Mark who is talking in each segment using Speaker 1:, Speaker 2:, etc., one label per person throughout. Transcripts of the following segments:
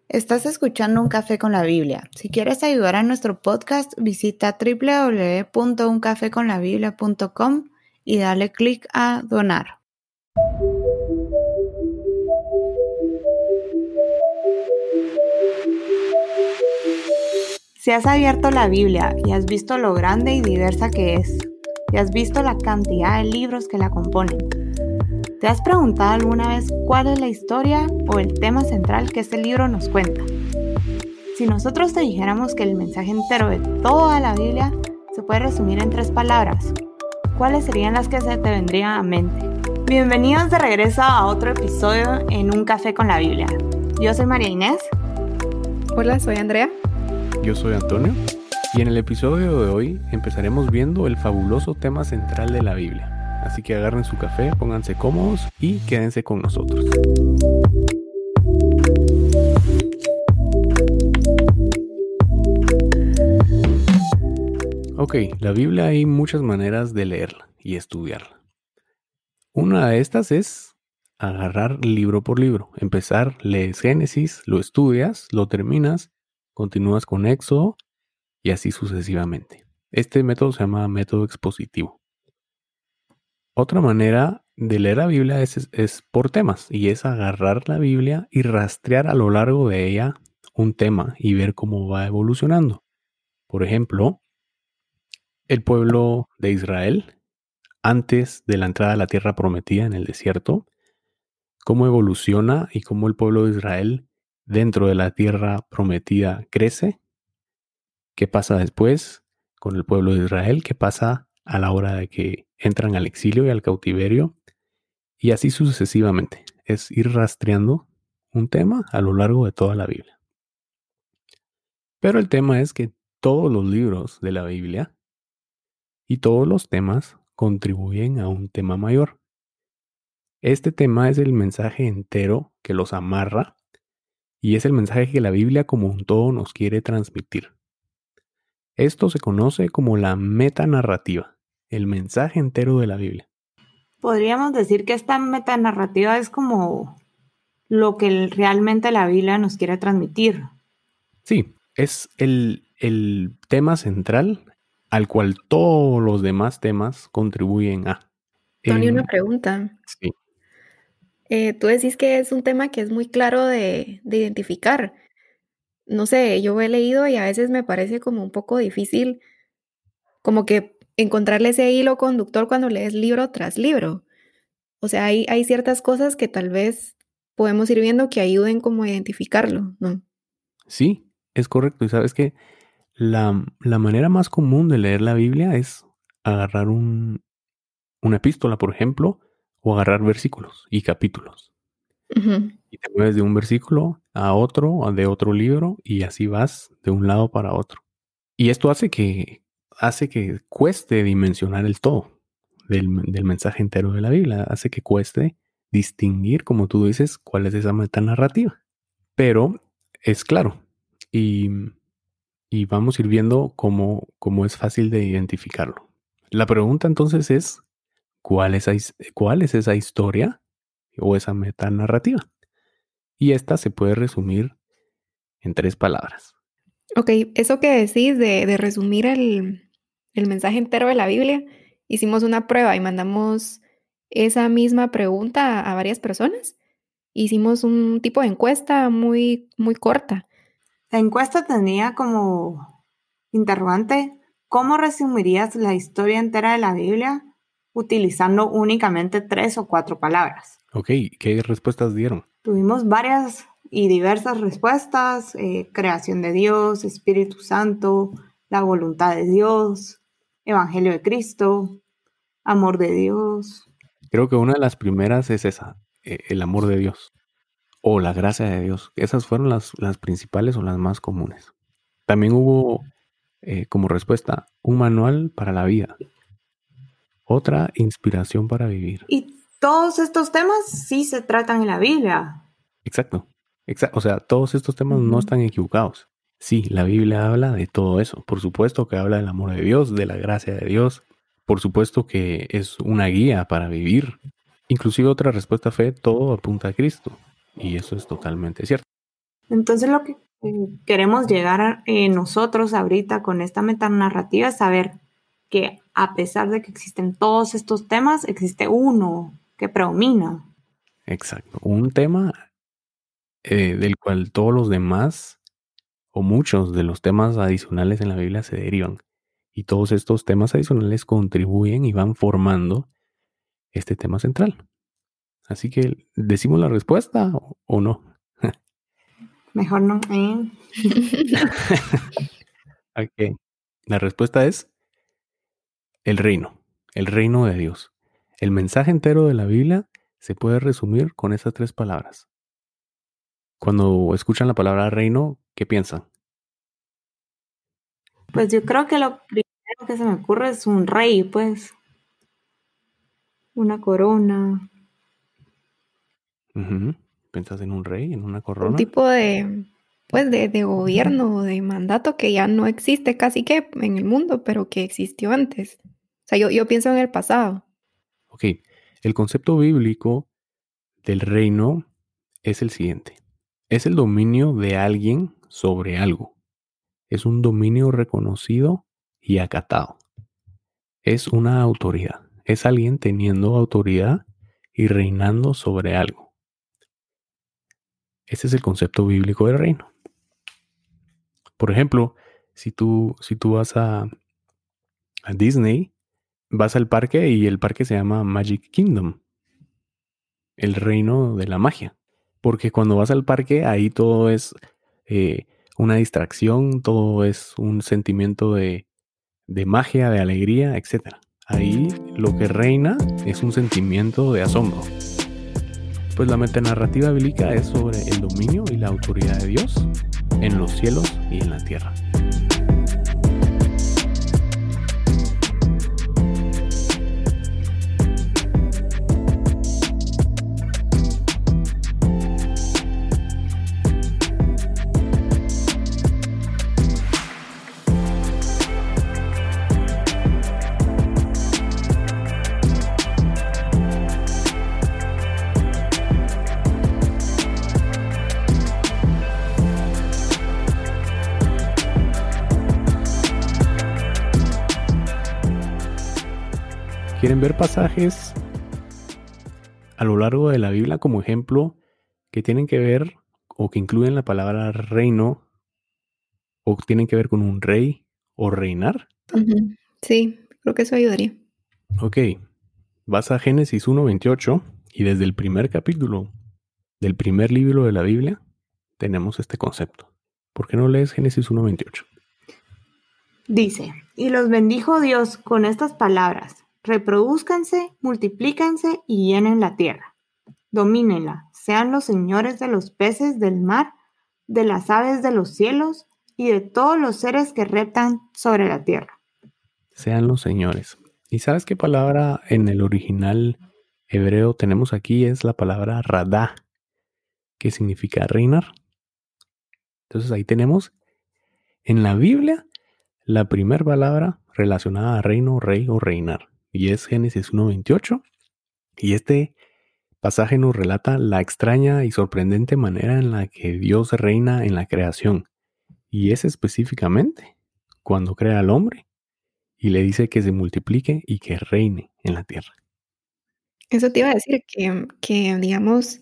Speaker 1: Estás escuchando Un Café con la Biblia. Si quieres ayudar a nuestro podcast, visita www.uncafeconlabiblia.com y dale clic a donar. Si has abierto la Biblia y has visto lo grande y diversa que es, y has visto la cantidad de libros que la componen, ¿te has preguntado alguna vez cuál es la historia o el tema central que este libro nos cuenta? Si nosotros te dijéramos que el mensaje entero de toda la Biblia se puede resumir en 3 palabras, ¿cuáles serían las que se te vendrían a mente? Bienvenidos de regreso a otro episodio en Un Café con la Biblia. Yo soy María Inés.
Speaker 2: Hola, soy Andrea.
Speaker 3: Yo soy Antonio. Y en el episodio de hoy empezaremos viendo el fabuloso tema central de la Biblia. Así que agarren su café, pónganse cómodos y quédense con nosotros. Ok, la Biblia hay muchas maneras de leerla y estudiarla. Una de estas es agarrar libro por libro. Empezar, lees Génesis, lo estudias, lo terminas, continúas con Éxodo y así sucesivamente. Este método se llama método expositivo. Otra manera de leer la Biblia es por temas, y es agarrar la Biblia y rastrear a lo largo de ella un tema y ver cómo va evolucionando. Por ejemplo, el pueblo de Israel, antes de la entrada a la tierra prometida en el desierto, cómo evoluciona y cómo el pueblo de Israel dentro de la tierra prometida crece. ¿Qué pasa después con el pueblo de Israel? ¿Qué pasa a la hora de que entran al exilio y al cautiverio? Y así sucesivamente. Es ir rastreando un tema a lo largo de toda la Biblia. Pero el tema es que todos los libros de la Biblia y todos los temas contribuyen a un tema mayor. Este tema es el mensaje entero que los amarra y es el mensaje que la Biblia como un todo nos quiere transmitir. Esto se conoce como la metanarrativa, el mensaje entero de la Biblia.
Speaker 1: Podríamos decir que esta metanarrativa es como lo que realmente la Biblia nos quiere transmitir.
Speaker 3: Sí, es el tema central al cual todos los demás temas contribuyen a.
Speaker 2: Tony, una pregunta.
Speaker 3: Sí.
Speaker 2: Tú decís que es un tema que es muy claro de identificar. No sé, yo he leído y a veces me parece como un poco difícil como que encontrarle ese hilo conductor cuando lees libro tras libro. O sea, hay ciertas cosas que tal vez podemos ir viendo que ayuden como a identificarlo, ¿no?
Speaker 3: Sí, es correcto. Y sabes que la manera más común de leer la Biblia es agarrar una epístola, por ejemplo, o agarrar versículos y capítulos.
Speaker 2: Uh-huh.
Speaker 3: Y te mueves de un versículo a otro, de otro libro, y así vas de un lado para otro. Y esto hace que cueste dimensionar el todo del mensaje entero de la Biblia. Hace que cueste distinguir, como tú dices, cuál es esa metanarrativa. Pero es claro. Y vamos a ir viendo cómo es fácil de identificarlo. La pregunta entonces es, ¿cuál es esa historia o esa metanarrativa? Y esta se puede resumir en 3 palabras.
Speaker 2: Ok, eso que decís de resumir el mensaje entero de la Biblia, hicimos una prueba y mandamos esa misma pregunta a varias personas. Hicimos un tipo de encuesta muy, muy corta.
Speaker 1: La encuesta tenía como interrogante: ¿cómo resumirías la historia entera de la Biblia utilizando únicamente 3 o 4 palabras?
Speaker 3: Ok, ¿qué respuestas dieron?
Speaker 1: Tuvimos varias y diversas respuestas: creación de Dios, Espíritu Santo, la voluntad de Dios, Evangelio de Cristo, amor de Dios.
Speaker 3: Creo que una de las primeras es esa, el amor de Dios o la gracia de Dios. Esas fueron las principales o las más comunes. También hubo como respuesta un manual para la vida, otra inspiración para vivir.
Speaker 1: Y todos estos temas sí se tratan en la Biblia.
Speaker 3: Exacto. O sea, todos estos temas no están equivocados. Sí, la Biblia habla de todo eso. Por supuesto que habla del amor de Dios, de la gracia de Dios. Por supuesto que es una guía para vivir. Inclusive otra respuesta fue todo apunta a Cristo. Y eso es totalmente cierto.
Speaker 1: Entonces lo que queremos llegar a nosotros ahorita con esta metanarrativa es saber que a pesar de que existen todos estos temas, existe uno que predomina.
Speaker 3: Exacto. Un tema del cual todos los demás o muchos de los temas adicionales en la Biblia se derivan. Y todos estos temas adicionales contribuyen y van formando este tema central. Así que, ¿decimos la respuesta o no?
Speaker 1: Mejor no.
Speaker 3: Ok. La respuesta es el reino de Dios. El mensaje entero de la Biblia se puede resumir con esas 3 palabras. Cuando escuchan la palabra reino, ¿qué piensan?
Speaker 1: Pues yo creo que lo primero que se me ocurre es un rey, pues. Una corona.
Speaker 3: ¿Pensás en un rey, en una
Speaker 2: Un
Speaker 3: corona?
Speaker 2: tipo de, pues, de gobierno, de mandato que ya no existe casi que en el mundo, pero que existió antes. O sea, yo pienso en el pasado.
Speaker 3: Ok, el concepto bíblico del reino es el siguiente. Es el dominio de alguien sobre algo. Es un dominio reconocido y acatado. Es una autoridad. Es alguien teniendo autoridad y reinando sobre algo. Ese es el concepto bíblico del reino. Por ejemplo, si tú vas a Disney, vas al parque y el parque se llama Magic Kingdom, el reino de la magia. Porque cuando vas al parque, ahí todo es una distracción, todo es un sentimiento de magia, de alegría, etc. Ahí lo que reina es un sentimiento de asombro. Pues la metanarrativa bíblica es sobre el dominio y la autoridad de Dios en los cielos y en la tierra. ¿Quieren ver pasajes a lo largo de la Biblia como ejemplo que tienen que ver o que incluyen la palabra reino o tienen que ver con un rey o reinar?
Speaker 2: Ujú. Sí, creo que eso ayudaría.
Speaker 3: Ok, vas a Génesis 1:28 y desde el primer capítulo del primer libro de la Biblia tenemos este concepto. ¿Por qué no lees Génesis 1:28?
Speaker 1: Dice, y los bendijo Dios con estas palabras, reproduzcanse, multiplícanse y llenen la tierra. Domínenla, sean los señores de los peces del mar, de las aves de los cielos y de todos los seres que reptan sobre la tierra.
Speaker 3: Sean los señores. ¿Y sabes qué palabra en el original hebreo tenemos aquí? Es la palabra radá, que significa reinar. Entonces ahí tenemos en la Biblia la primera palabra relacionada a reino, rey o reinar. Y es Génesis 1:28. Y este pasaje nos relata la extraña y sorprendente manera en la que Dios reina en la creación. Y es específicamente cuando crea al hombre y le dice que se multiplique y que reine en la tierra.
Speaker 2: Eso te iba a decir que digamos,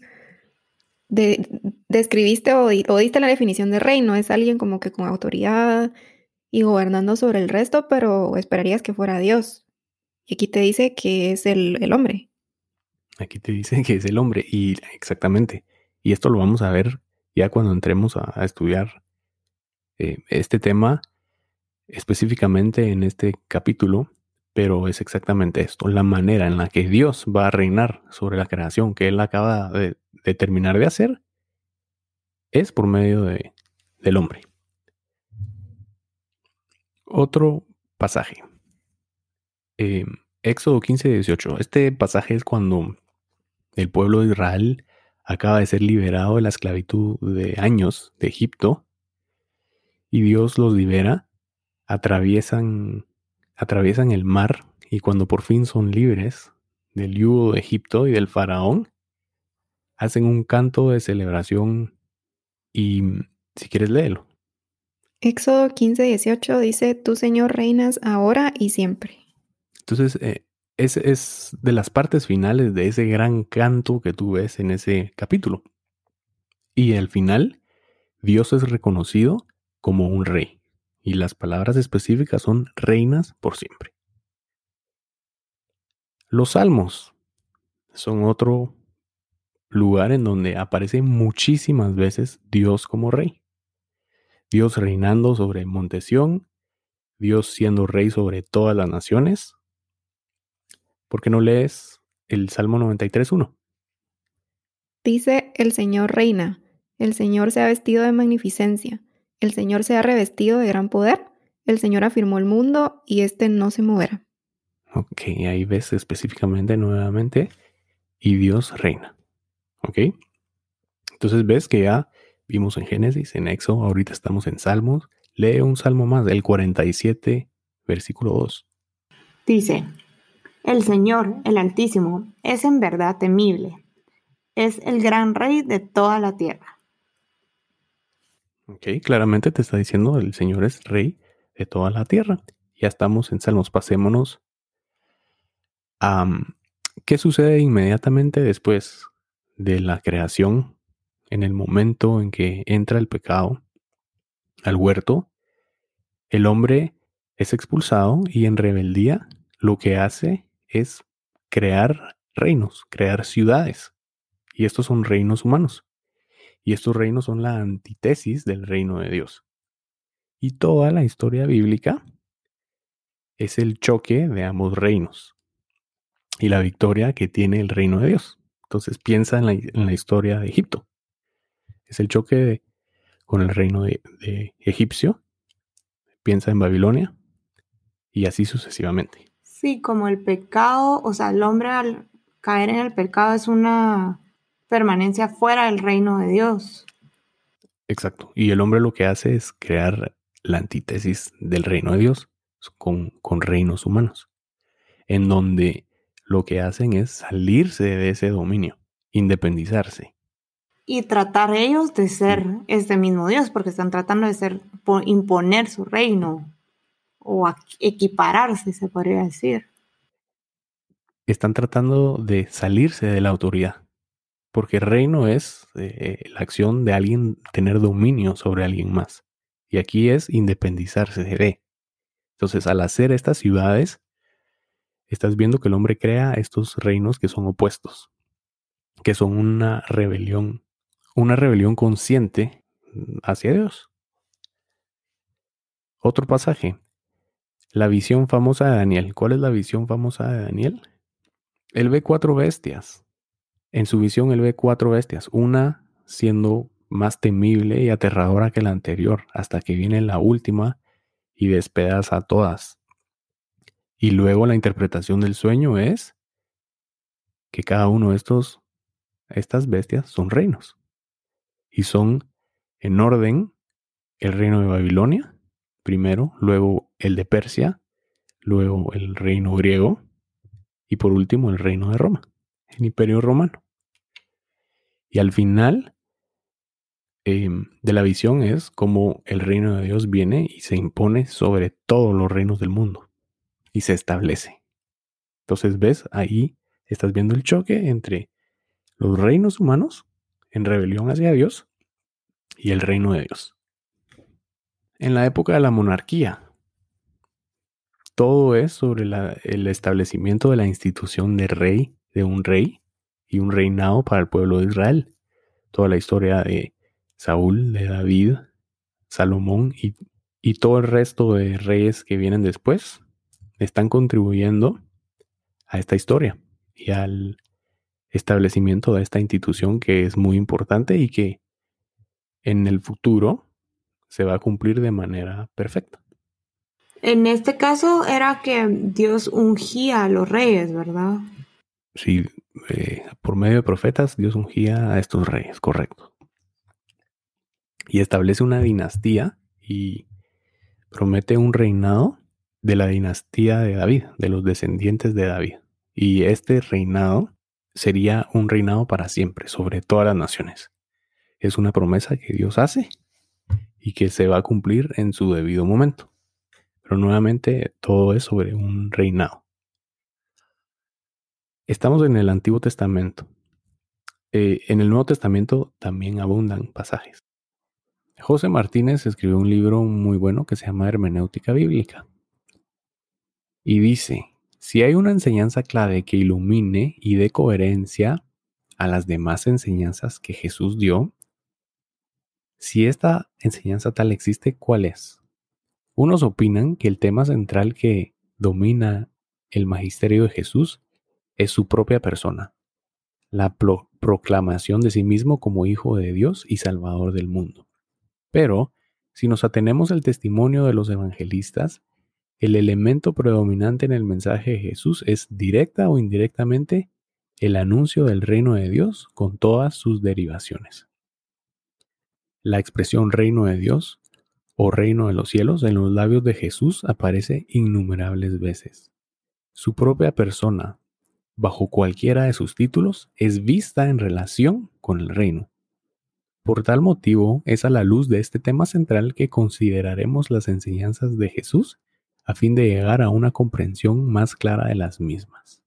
Speaker 2: describiste o diste la definición de reino. Es alguien como que con autoridad y gobernando sobre el resto, pero esperarías que fuera Dios. Y aquí te dice que es el hombre.
Speaker 3: Aquí te dice que es el hombre y exactamente. Y esto lo vamos a ver ya cuando entremos a estudiar este tema específicamente en este capítulo, pero es exactamente esto, la manera en la que Dios va a reinar sobre la creación que Él acaba de terminar de hacer es por medio del hombre. Otro pasaje. Éxodo 15:18. Este pasaje es cuando el pueblo de Israel acaba de ser liberado de la esclavitud de años de Egipto y Dios los libera, atraviesan el mar y cuando por fin son libres del yugo de Egipto y del faraón, hacen un canto de celebración Y si quieres, léelo.
Speaker 2: Éxodo 15:18 dice, tú, Señor, reinas ahora y siempre.
Speaker 3: Entonces, es de las partes finales de ese gran canto que tú ves en ese capítulo. Y al final, Dios es reconocido como un rey. Y las palabras específicas son reinas por siempre. Los salmos son otro lugar en donde aparece muchísimas veces Dios como rey. Dios reinando sobre Monte Sión, Dios siendo rey sobre todas las naciones. ¿Por qué no lees el Salmo 93:1?
Speaker 2: Dice, el Señor reina, el Señor se ha vestido de magnificencia, el Señor se ha revestido de gran poder, el Señor afirmó el mundo y éste no se moverá.
Speaker 3: Ok, ahí ves específicamente nuevamente, y Dios reina. Ok, entonces ves que ya vimos en Génesis, en Éxodo, ahorita estamos en Salmos. Lee un salmo más, el 47, versículo 2.
Speaker 1: Dice, el Señor, el Altísimo, es en verdad temible. Es el gran rey de toda la tierra.
Speaker 3: Ok, claramente te está diciendo el Señor es rey de toda la tierra. Ya estamos en Salmos, pasémonos a qué sucede inmediatamente después de la creación, en el momento en que entra el pecado al huerto. El hombre es expulsado y en rebeldía lo que hace es crear reinos, crear ciudades. Y estos son reinos humanos. Y estos reinos son la antítesis del reino de Dios. Y toda la historia bíblica es el choque de ambos reinos y la victoria que tiene el reino de Dios. Entonces piensa en la historia de Egipto. Es el choque con el reino de egipcio. Piensa en Babilonia y así sucesivamente.
Speaker 1: Sí, como el pecado, o sea, el hombre al caer en el pecado es una permanencia fuera del reino de Dios.
Speaker 3: Exacto. Y el hombre lo que hace es crear la antítesis del reino de Dios con reinos humanos, en donde lo que hacen es salirse de ese dominio, independizarse.
Speaker 1: Y tratar ellos de ser este mismo Dios, porque están tratando de ser, imponer su reino o equipararse, se podría decir.
Speaker 3: Están tratando de salirse de la autoridad, porque reino es la acción de alguien tener dominio sobre alguien más. Y aquí es independizarse de. Entonces, al hacer estas ciudades, estás viendo que el hombre crea estos reinos que son opuestos, que son una rebelión consciente hacia Dios. Otro pasaje, la visión famosa de Daniel. ¿Cuál es la visión famosa de Daniel? Él ve 4 bestias. En su visión él ve 4 bestias, una siendo más temible y aterradora que la anterior, hasta que viene la última y despedaza a todas. Y luego la interpretación del sueño es que cada uno de estas bestias son reinos. Y son en orden el reino de Babilonia, primero, luego el de Persia, luego el reino griego y por último el reino de Roma, el imperio romano. Y al final de la visión es como el reino de Dios viene y se impone sobre todos los reinos del mundo y se establece. Entonces ves, ahí estás viendo el choque entre los reinos humanos en rebelión hacia Dios y el reino de Dios. En la época de la monarquía, todo es sobre el establecimiento de la institución de rey, de un rey y un reinado para el pueblo de Israel. Toda la historia de Saúl, de David, Salomón y todo el resto de reyes que vienen después están contribuyendo a esta historia y al establecimiento de esta institución que es muy importante y que en el futuro se va a cumplir de manera perfecta.
Speaker 1: En este caso era que Dios ungía a los reyes, ¿verdad?
Speaker 3: Sí, por medio de profetas Dios ungía a estos reyes, correcto. Y establece una dinastía y promete un reinado de la dinastía de David, de los descendientes de David. Y este reinado sería un reinado para siempre, sobre todas las naciones. Es una promesa que Dios hace y que se va a cumplir en su debido momento. Pero nuevamente todo es sobre un reinado. Estamos en el Antiguo Testamento. En el Nuevo Testamento también abundan pasajes. José Martínez escribió un libro muy bueno que se llama Hermenéutica Bíblica. Y dice, si hay una enseñanza clave que ilumine y dé coherencia a las demás enseñanzas que Jesús dio, si esta enseñanza tal existe, ¿cuál es? Unos opinan que el tema central que domina el magisterio de Jesús es su propia persona, la proclamación de sí mismo como Hijo de Dios y Salvador del mundo. Pero, si nos atenemos al testimonio de los evangelistas, el elemento predominante en el mensaje de Jesús es directa o indirectamente el anuncio del reino de Dios con todas sus derivaciones. La expresión reino de Dios o reino de los cielos en los labios de Jesús aparece innumerables veces. Su propia persona, bajo cualquiera de sus títulos, es vista en relación con el reino. Por tal motivo, es a la luz de este tema central que consideraremos las enseñanzas de Jesús a fin de llegar a una comprensión más clara de las mismas.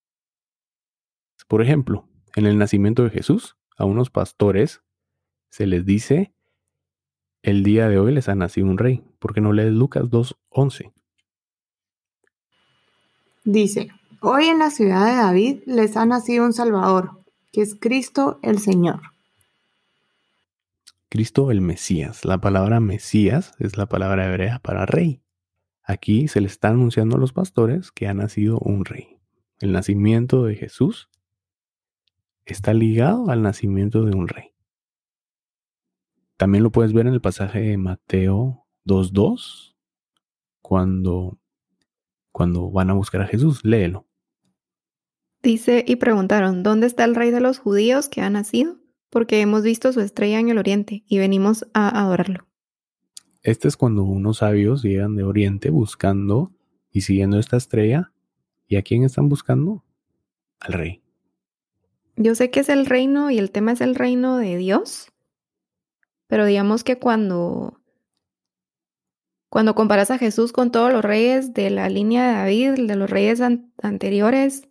Speaker 3: Por ejemplo, en el nacimiento de Jesús, a unos pastores se les dice, el día de hoy les ha nacido un rey. ¿Por qué no lees Lucas 2:11?
Speaker 1: Dice, hoy en la ciudad de David les ha nacido un Salvador, que es Cristo el Señor.
Speaker 3: Cristo el Mesías. La palabra Mesías es la palabra hebrea para rey. Aquí se le está anunciando a los pastores que ha nacido un rey. El nacimiento de Jesús está ligado al nacimiento de un rey. También lo puedes ver en el pasaje de Mateo 2:2, cuando van a buscar a Jesús. Léelo.
Speaker 2: Dice, y preguntaron, ¿dónde está el rey de los judíos que ha nacido? Porque hemos visto su estrella en el oriente y venimos a adorarlo.
Speaker 3: Este es cuando unos sabios llegan de oriente buscando y siguiendo esta estrella. ¿Y a quién están buscando? Al rey.
Speaker 2: Yo sé que es el reino y el tema es el reino de Dios, pero digamos que cuando comparas a Jesús con todos los reyes de la línea de David, de los reyes anteriores,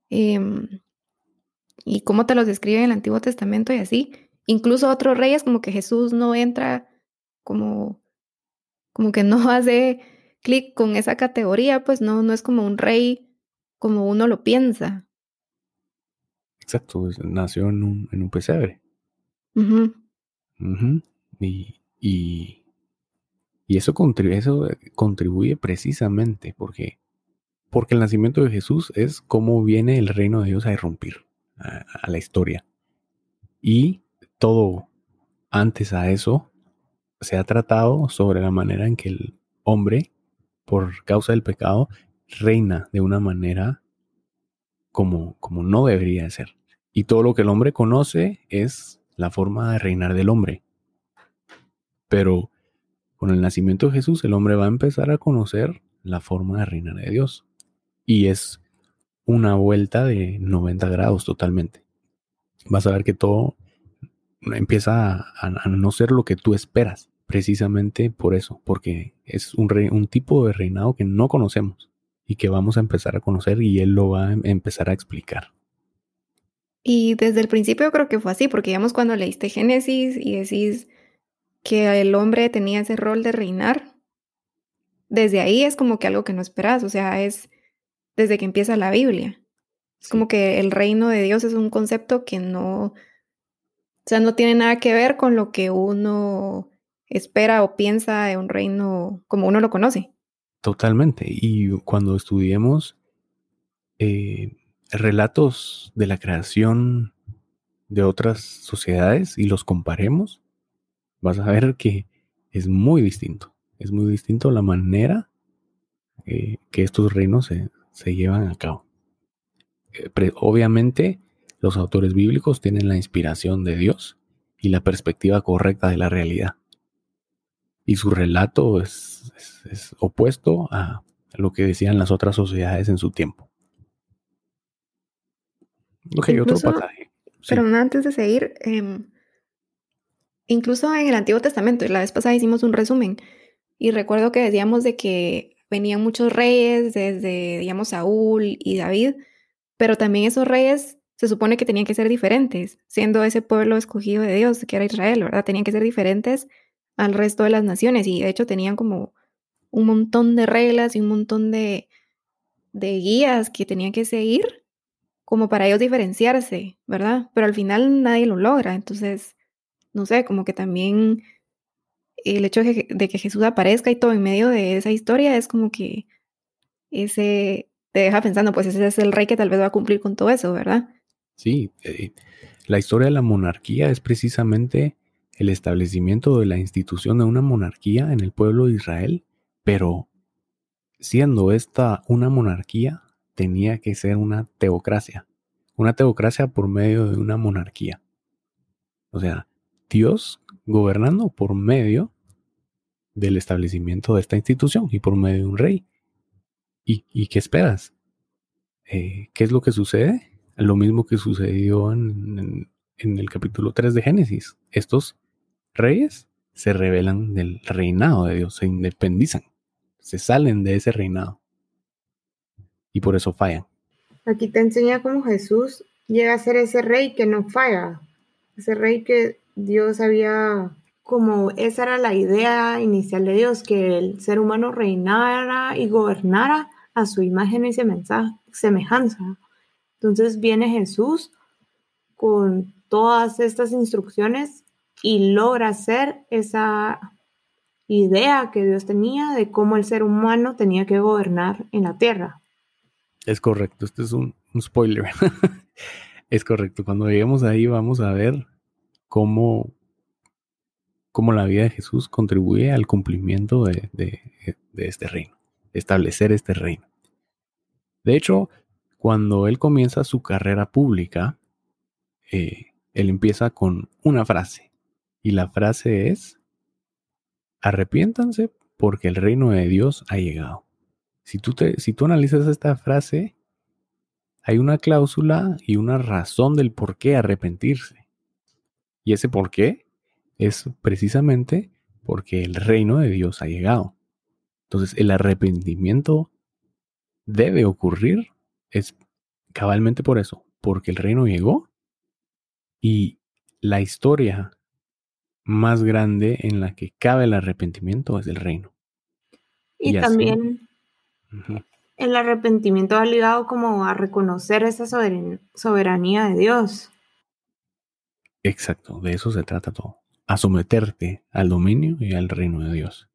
Speaker 2: y cómo te los describe en el Antiguo Testamento y así, incluso otros reyes como que Jesús no entra como que no hace clic con esa categoría, pues no es como un rey como uno lo piensa.
Speaker 3: Exacto, pues, nació en un pesebre.
Speaker 2: Uh-huh.
Speaker 3: Uh-huh. Y eso contribuye precisamente porque el nacimiento de Jesús es cómo viene el reino de Dios a irrumpir a la historia. Y todo antes a eso se ha tratado sobre la manera en que el hombre, por causa del pecado, reina de una manera como no debería de ser. Y todo lo que el hombre conoce es la forma de reinar del hombre. Pero con el nacimiento de Jesús, el hombre va a empezar a conocer la forma de reinar de Dios. Y es una vuelta de 90 grados totalmente. Vas a ver que todo empieza a no ser lo que tú esperas. Precisamente por eso, porque es un tipo de reinado que no conocemos y que vamos a empezar a conocer y él lo va a empezar a explicar.
Speaker 2: Y desde el principio creo que fue así, porque digamos cuando leíste Génesis y decís que el hombre tenía ese rol de reinar, desde ahí es como que algo que no esperas, o sea, es desde que empieza la Biblia. Es como que el reino de Dios es un concepto que no, o sea, no tiene nada que ver con lo que uno espera o piensa de un reino como uno lo conoce.
Speaker 3: Totalmente. Y cuando estudiemos relatos de la creación de otras sociedades y los comparemos, vas a ver que es muy distinto. Es muy distinto la manera que estos reinos se llevan a cabo. Obviamente, los autores bíblicos tienen la inspiración de Dios y la perspectiva correcta de la realidad. Y su relato es opuesto a lo que decían las otras sociedades en su tiempo. Ok,
Speaker 2: Incluso,
Speaker 3: otro pasaje. Sí.
Speaker 2: pero antes de seguir, incluso en el Antiguo Testamento, y la vez pasada hicimos un resumen, y recuerdo que decíamos de que venían muchos reyes, desde, digamos, Saúl y David, pero también esos reyes se supone que tenían que ser diferentes, siendo ese pueblo escogido de Dios, que era Israel, ¿verdad? Tenían que ser diferentes al resto de las naciones, y de hecho tenían como un montón de reglas y un montón de guías que tenían que seguir como para ellos diferenciarse, ¿verdad? Pero al final nadie lo logra, entonces, no sé, como que también el hecho de que Jesús aparezca y todo en medio de esa historia es como que ese te deja pensando, pues ese es el rey que tal vez va a cumplir con todo eso, ¿verdad?
Speaker 3: Sí, la historia de la monarquía es precisamente el establecimiento de la institución de una monarquía en el pueblo de Israel, pero siendo esta una monarquía, tenía que ser una teocracia por medio de una monarquía. O sea, Dios gobernando por medio del establecimiento de esta institución y por medio de un rey. ¿Y qué esperas? ¿Qué es lo que sucede? Lo mismo que sucedió en el capítulo 3 de Génesis. Estos reyes se rebelan del reinado de Dios, se independizan, se salen de ese reinado y por eso fallan.
Speaker 1: Aquí te enseña cómo Jesús llega a ser ese rey que no falla, ese rey que Dios había, como esa era la idea inicial de Dios, que el ser humano reinara y gobernara a su imagen y semejanza. Entonces viene Jesús con todas estas instrucciones y logra hacer esa idea que Dios tenía de cómo el ser humano tenía que gobernar en la tierra.
Speaker 3: Es correcto, este es un spoiler. Es correcto, cuando lleguemos ahí vamos a ver cómo la vida de Jesús contribuye al cumplimiento de este reino, establecer este reino. De hecho, cuando él comienza su carrera pública, él empieza con una frase, y la frase es: arrepiéntanse porque el reino de Dios ha llegado. Si tú analizas esta frase, hay una cláusula y una razón del por qué arrepentirse. Y ese por qué es precisamente porque el reino de Dios ha llegado. Entonces, el arrepentimiento debe ocurrir, es cabalmente por eso, porque el reino llegó y la historia más grande en la que cabe el arrepentimiento es el reino.
Speaker 1: Y también el arrepentimiento va ligado como a reconocer esa soberanía de Dios.
Speaker 3: Exacto, de eso se trata todo. A someterte al dominio y al reino de Dios.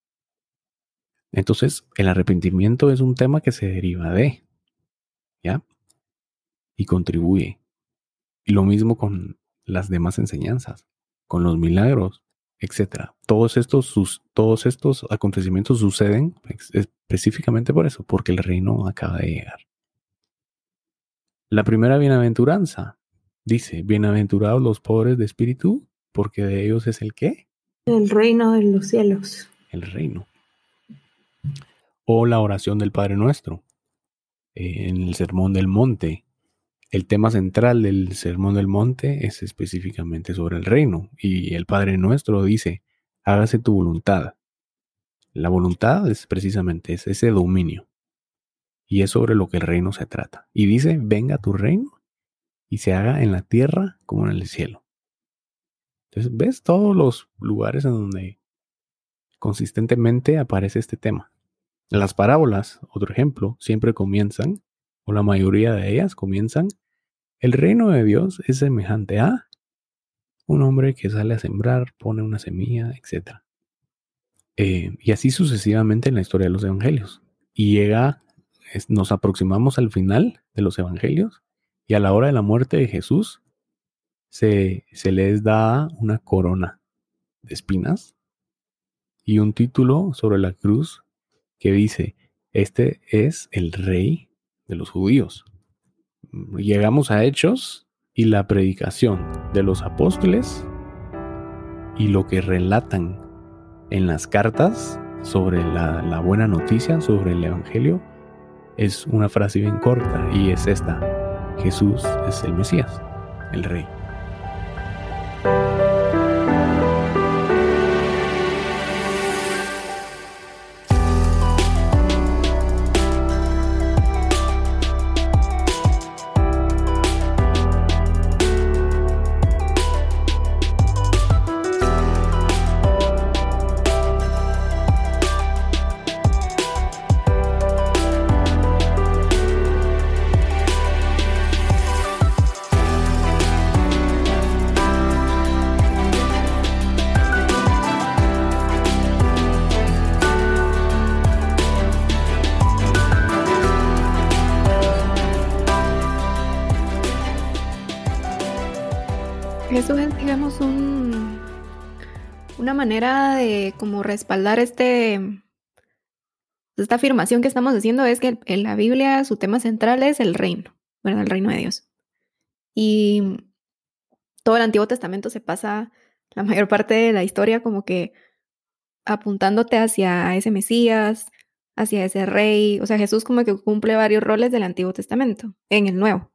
Speaker 3: Entonces, el arrepentimiento es un tema que se deriva de, ¿ya? Y contribuye. Y lo mismo con las demás enseñanzas, con los milagros, etc. Todos estos acontecimientos suceden específicamente por eso, porque el reino acaba de llegar. La primera bienaventuranza dice: bienaventurados los pobres de espíritu, porque de ellos es el ¿qué?
Speaker 1: El reino de los cielos.
Speaker 3: El reino. O la oración del Padre Nuestro. En el Sermón del Monte, el tema central del Sermón del Monte es específicamente sobre el reino. Y el Padre Nuestro dice: hágase tu voluntad. La voluntad es precisamente ese dominio. Y es sobre lo que el reino se trata. Y dice: venga tu reino y se haga en la tierra como en el cielo. Entonces, ¿ves todos los lugares en donde consistentemente aparece este tema? Las parábolas, otro ejemplo, siempre comienzan, o la mayoría de ellas comienzan: el reino de Dios es semejante a un hombre que sale a sembrar, pone una semilla, etc. Y así sucesivamente en la historia de los evangelios. Y nos aproximamos al final de los evangelios, y a la hora de la muerte de Jesús se les da una corona de espinas y un título sobre la cruz que dice: este es el rey de los judíos. Llegamos a Hechos y la predicación de los apóstoles y lo que relatan en las cartas sobre la buena noticia, sobre el evangelio, es una frase bien corta, y es esta: Jesús es el Mesías, el rey.
Speaker 2: digamos, una manera de como respaldar esta afirmación que estamos haciendo es que en la Biblia su tema central es el reino, ¿verdad? El reino de Dios. Y todo el Antiguo Testamento se pasa la mayor parte de la historia como que apuntándote hacia ese Mesías, hacia ese rey. O sea, Jesús como que cumple varios roles del Antiguo Testamento en el Nuevo.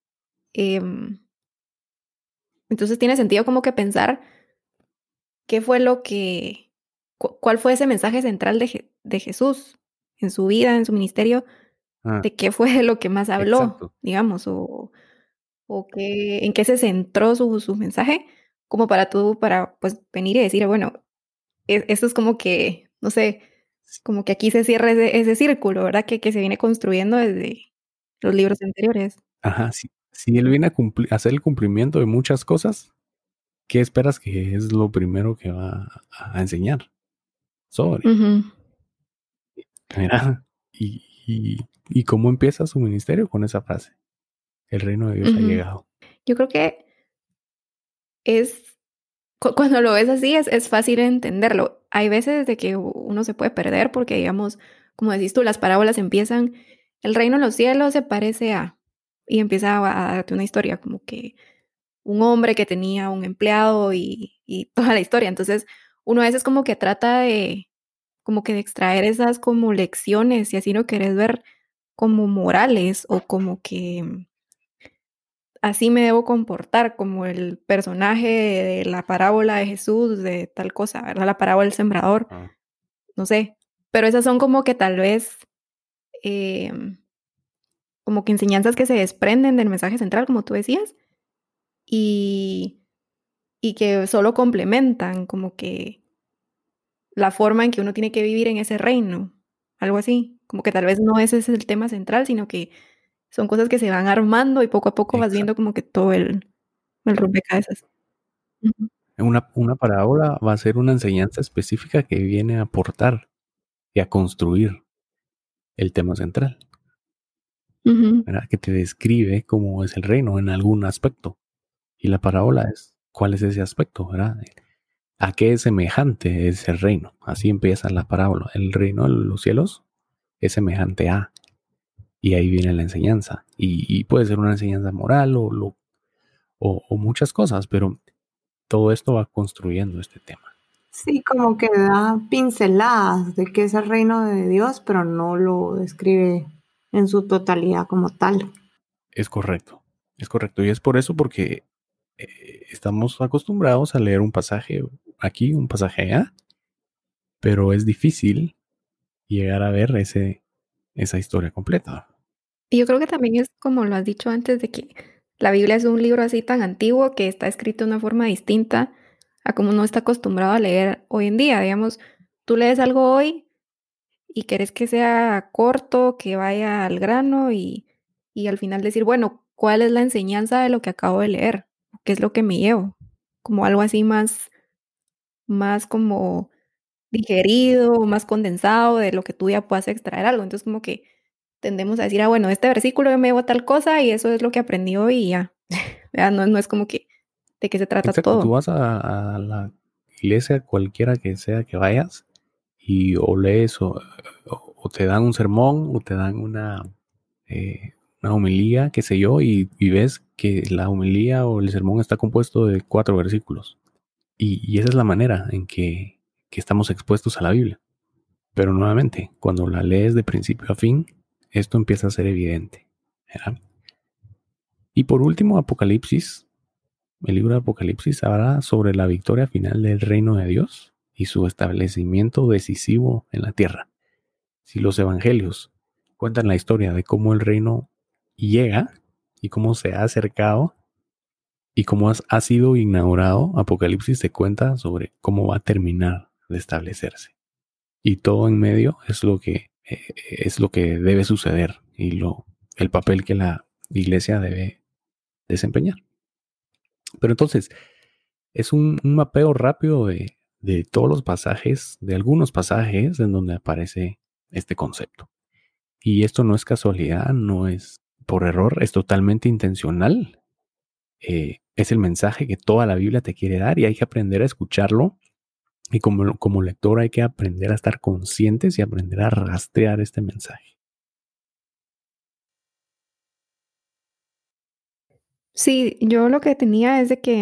Speaker 2: Entonces tiene sentido como que pensar qué fue cuál fue ese mensaje central de Jesús en su vida, en su ministerio,
Speaker 3: Ah,
Speaker 2: de qué fue lo que más habló,
Speaker 3: exacto.
Speaker 2: digamos, o en qué se centró su mensaje, como para pues venir y decir, bueno, esto es como que, no sé, como que aquí se cierra ese círculo, ¿verdad? Que se viene construyendo desde los libros anteriores.
Speaker 3: Ajá, si él viene a hacer el cumplimiento de muchas cosas, ¿qué esperas que es lo primero que va a enseñar sobre?
Speaker 2: Ujú.
Speaker 3: Mira, y cómo empieza su ministerio con esa frase. El reino de Dios ha
Speaker 2: Ujú.
Speaker 3: llegado.
Speaker 2: Yo creo que cuando lo ves así es fácil entenderlo. Hay veces de que uno se puede perder porque, digamos, como decís tú, las parábolas empiezan, el reino de los cielos se parece a, y empieza a darte una historia como que un hombre que tenía un empleado y toda la historia. Entonces, uno a veces como que trata como que de extraer esas como lecciones, si así no querés ver, como morales o como que así me debo comportar, como el personaje de la parábola de Jesús, de tal cosa, ¿verdad? La parábola del sembrador,
Speaker 3: Ah,
Speaker 2: no sé. Pero esas son como que tal vez, como que enseñanzas que se desprenden del mensaje central, como tú decías, y, y que solo complementan como que la forma en que uno tiene que vivir en ese reino, algo así. Como que tal vez no ese es el tema central, sino que son cosas que se van armando y poco a poco vas viendo
Speaker 3: exacto.
Speaker 2: como que todo el rompecabezas. Ujú.
Speaker 3: Una parábola va a ser una enseñanza específica que viene a aportar y a construir el tema central,
Speaker 2: Ujú.
Speaker 3: ¿verdad? Que te describe cómo es el reino en algún aspecto. Y la parábola es cuál es ese aspecto, ¿verdad? ¿A qué es semejante es el reino? Así empieza la parábola. El reino de los cielos es semejante a. Y ahí viene la enseñanza. Y puede ser una enseñanza moral o muchas cosas, pero todo esto va construyendo este tema.
Speaker 1: Sí, como que da pinceladas de qué es el reino de Dios, pero no lo describe en su totalidad como tal.
Speaker 3: Es correcto. Es correcto. Y es por eso porque estamos acostumbrados a leer un pasaje aquí, un pasaje allá, pero es difícil llegar a ver esa historia completa.
Speaker 2: Y yo creo que también es como lo has dicho antes, de que la Biblia es un libro así tan antiguo que está escrito de una forma distinta a como uno está acostumbrado a leer hoy en día. Digamos, tú lees algo hoy y querés que sea corto, que vaya al grano y al final decir, bueno, ¿cuál es la enseñanza de lo que acabo de leer? ¿Qué es lo que me llevo? Como algo así más como digerido, más condensado de lo que tú ya puedas extraer algo. Entonces, como que tendemos a decir, bueno, este versículo yo me llevo tal cosa y eso es lo que aprendí hoy y ya. ¿Verdad? No es como que de qué se trata
Speaker 3: Exacto, tú
Speaker 2: todo.
Speaker 3: vas a la iglesia cualquiera que sea que vayas y o lees o te dan un sermón o te dan una homilía, qué sé yo, y ves que la homilía o el sermón está compuesto de 4 versículos. Y esa es la manera en que estamos expuestos a la Biblia. Pero nuevamente, cuando la lees de principio a fin, esto empieza a ser evidente, ¿verdad? Y por último, Apocalipsis. El libro de Apocalipsis habla sobre la victoria final del reino de Dios y su establecimiento decisivo en la tierra. Si los evangelios cuentan la historia de cómo el reino llega y cómo se ha acercado y cómo ha sido inaugurado, Apocalipsis te cuenta sobre cómo va a terminar de establecerse. Y todo en medio es lo que debe suceder y el papel que la iglesia debe desempeñar. Pero entonces, es un mapeo rápido de todos los pasajes, de algunos pasajes en donde aparece este concepto. Y esto no es casualidad, no es por error, es totalmente intencional. Es el mensaje que toda la Biblia te quiere dar y hay que aprender a escucharlo. Y como lector hay que aprender a estar conscientes y aprender a rastrear este mensaje.
Speaker 2: Sí, yo lo que tenía es de que,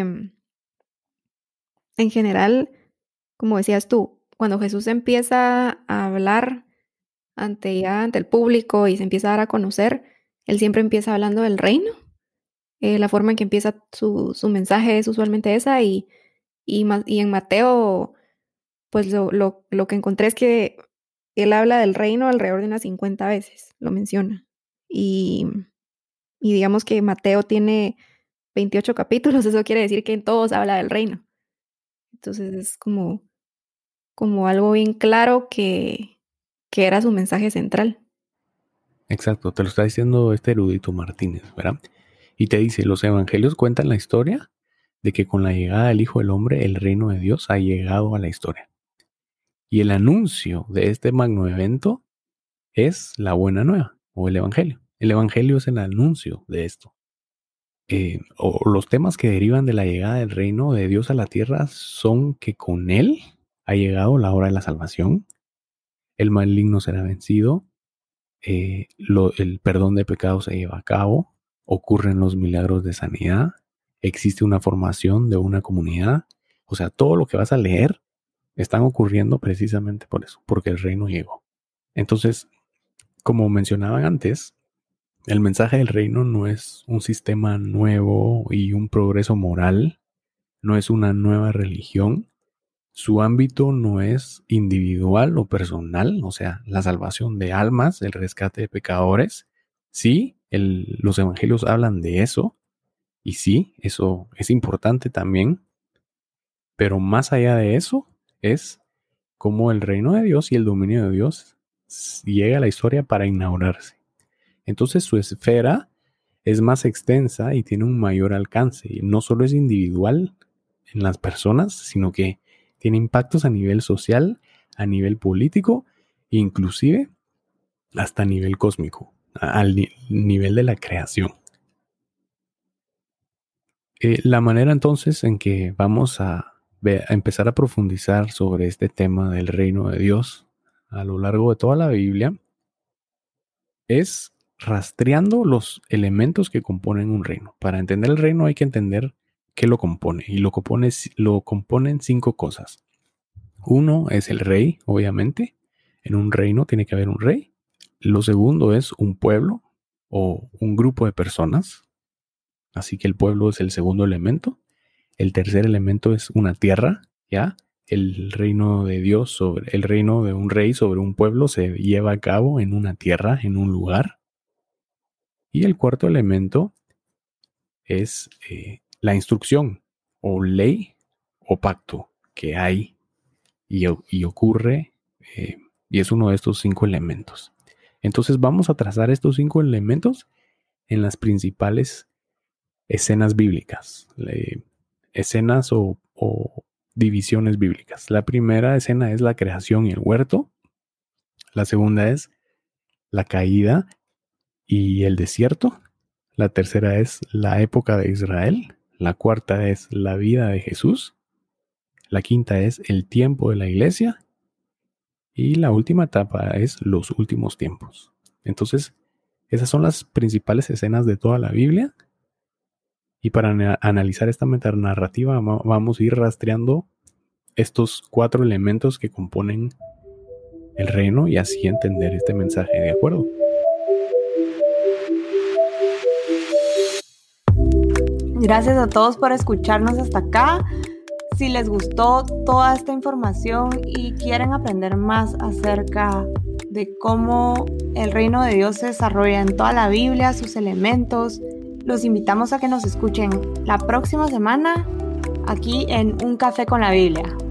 Speaker 2: en general, como decías tú, cuando Jesús empieza a hablar ante el público y se empieza a dar a conocer, él siempre empieza hablando del reino. La forma en que empieza su mensaje es usualmente esa y en Mateo, pues lo que encontré es que él habla del reino alrededor de unas 50 veces, lo menciona. Y digamos que Mateo tiene 28 capítulos, eso quiere decir que en todos habla del reino. Entonces es como algo bien claro que era su mensaje central.
Speaker 3: Exacto, te lo está diciendo este erudito Martínez, ¿verdad? Y te dice, los evangelios cuentan la historia de que con la llegada del Hijo del Hombre, el reino de Dios ha llegado a la historia. Y el anuncio de este magno evento es la buena nueva o el evangelio. El evangelio es el anuncio de esto. O los temas que derivan de la llegada del reino de Dios a la tierra son que con él ha llegado la hora de la salvación, el maligno será vencido, el perdón de pecados se lleva a cabo, ocurren los milagros de sanidad, existe una formación de una comunidad. O sea, todo lo que vas a leer están ocurriendo precisamente por eso, porque el reino llegó. Entonces, como mencionaban antes, el mensaje del reino no es un sistema nuevo y un progreso moral, no es una nueva religión. Su ámbito no es individual o personal, o sea, la salvación de almas, el rescate de pecadores. Sí, los evangelios hablan de eso, y sí, eso es importante también, pero más allá de eso es cómo el reino de Dios y el dominio de Dios llega a la historia para inaugurarse. Entonces su esfera es más extensa y tiene un mayor alcance. Y no solo es individual en las personas, sino que tiene impactos a nivel social, a nivel político, inclusive hasta a nivel cósmico, al nivel de la creación. La manera entonces en que vamos a empezar a profundizar sobre este tema del reino de Dios a lo largo de toda la Biblia es rastreando los elementos que componen un reino. Para entender el reino hay que entender qué lo compone, y lo componen 5 cosas. Uno es el rey, obviamente. En un reino tiene que haber un rey. Lo segundo es un pueblo o un grupo de personas. Así que el pueblo es el segundo elemento. El tercer elemento es una tierra, ¿ya? El reino de Dios el reino de un rey sobre un pueblo se lleva a cabo en una tierra, en un lugar. Y el cuarto elemento es la instrucción o ley o pacto que hay y ocurre, y es uno de estos 5 elementos. Entonces vamos a trazar estos 5 elementos en las principales escenas bíblicas, escenas o divisiones bíblicas. La primera escena es la creación y el huerto. La segunda es la caída y el desierto. La tercera es la época de Israel. La cuarta es la vida de Jesús. La quinta es el tiempo de la iglesia. Y la última etapa es los últimos tiempos. Entonces, esas son las principales escenas de toda la Biblia. Y para analizar esta metanarrativa vamos a ir rastreando estos 4 elementos que componen el reino y así entender este mensaje, ¿de acuerdo?
Speaker 1: Gracias a todos por escucharnos hasta acá. Si les gustó toda esta información y quieren aprender más acerca de cómo el reino de Dios se desarrolla en toda la Biblia, sus elementos, los invitamos a que nos escuchen la próxima semana aquí en Un Café con la Biblia.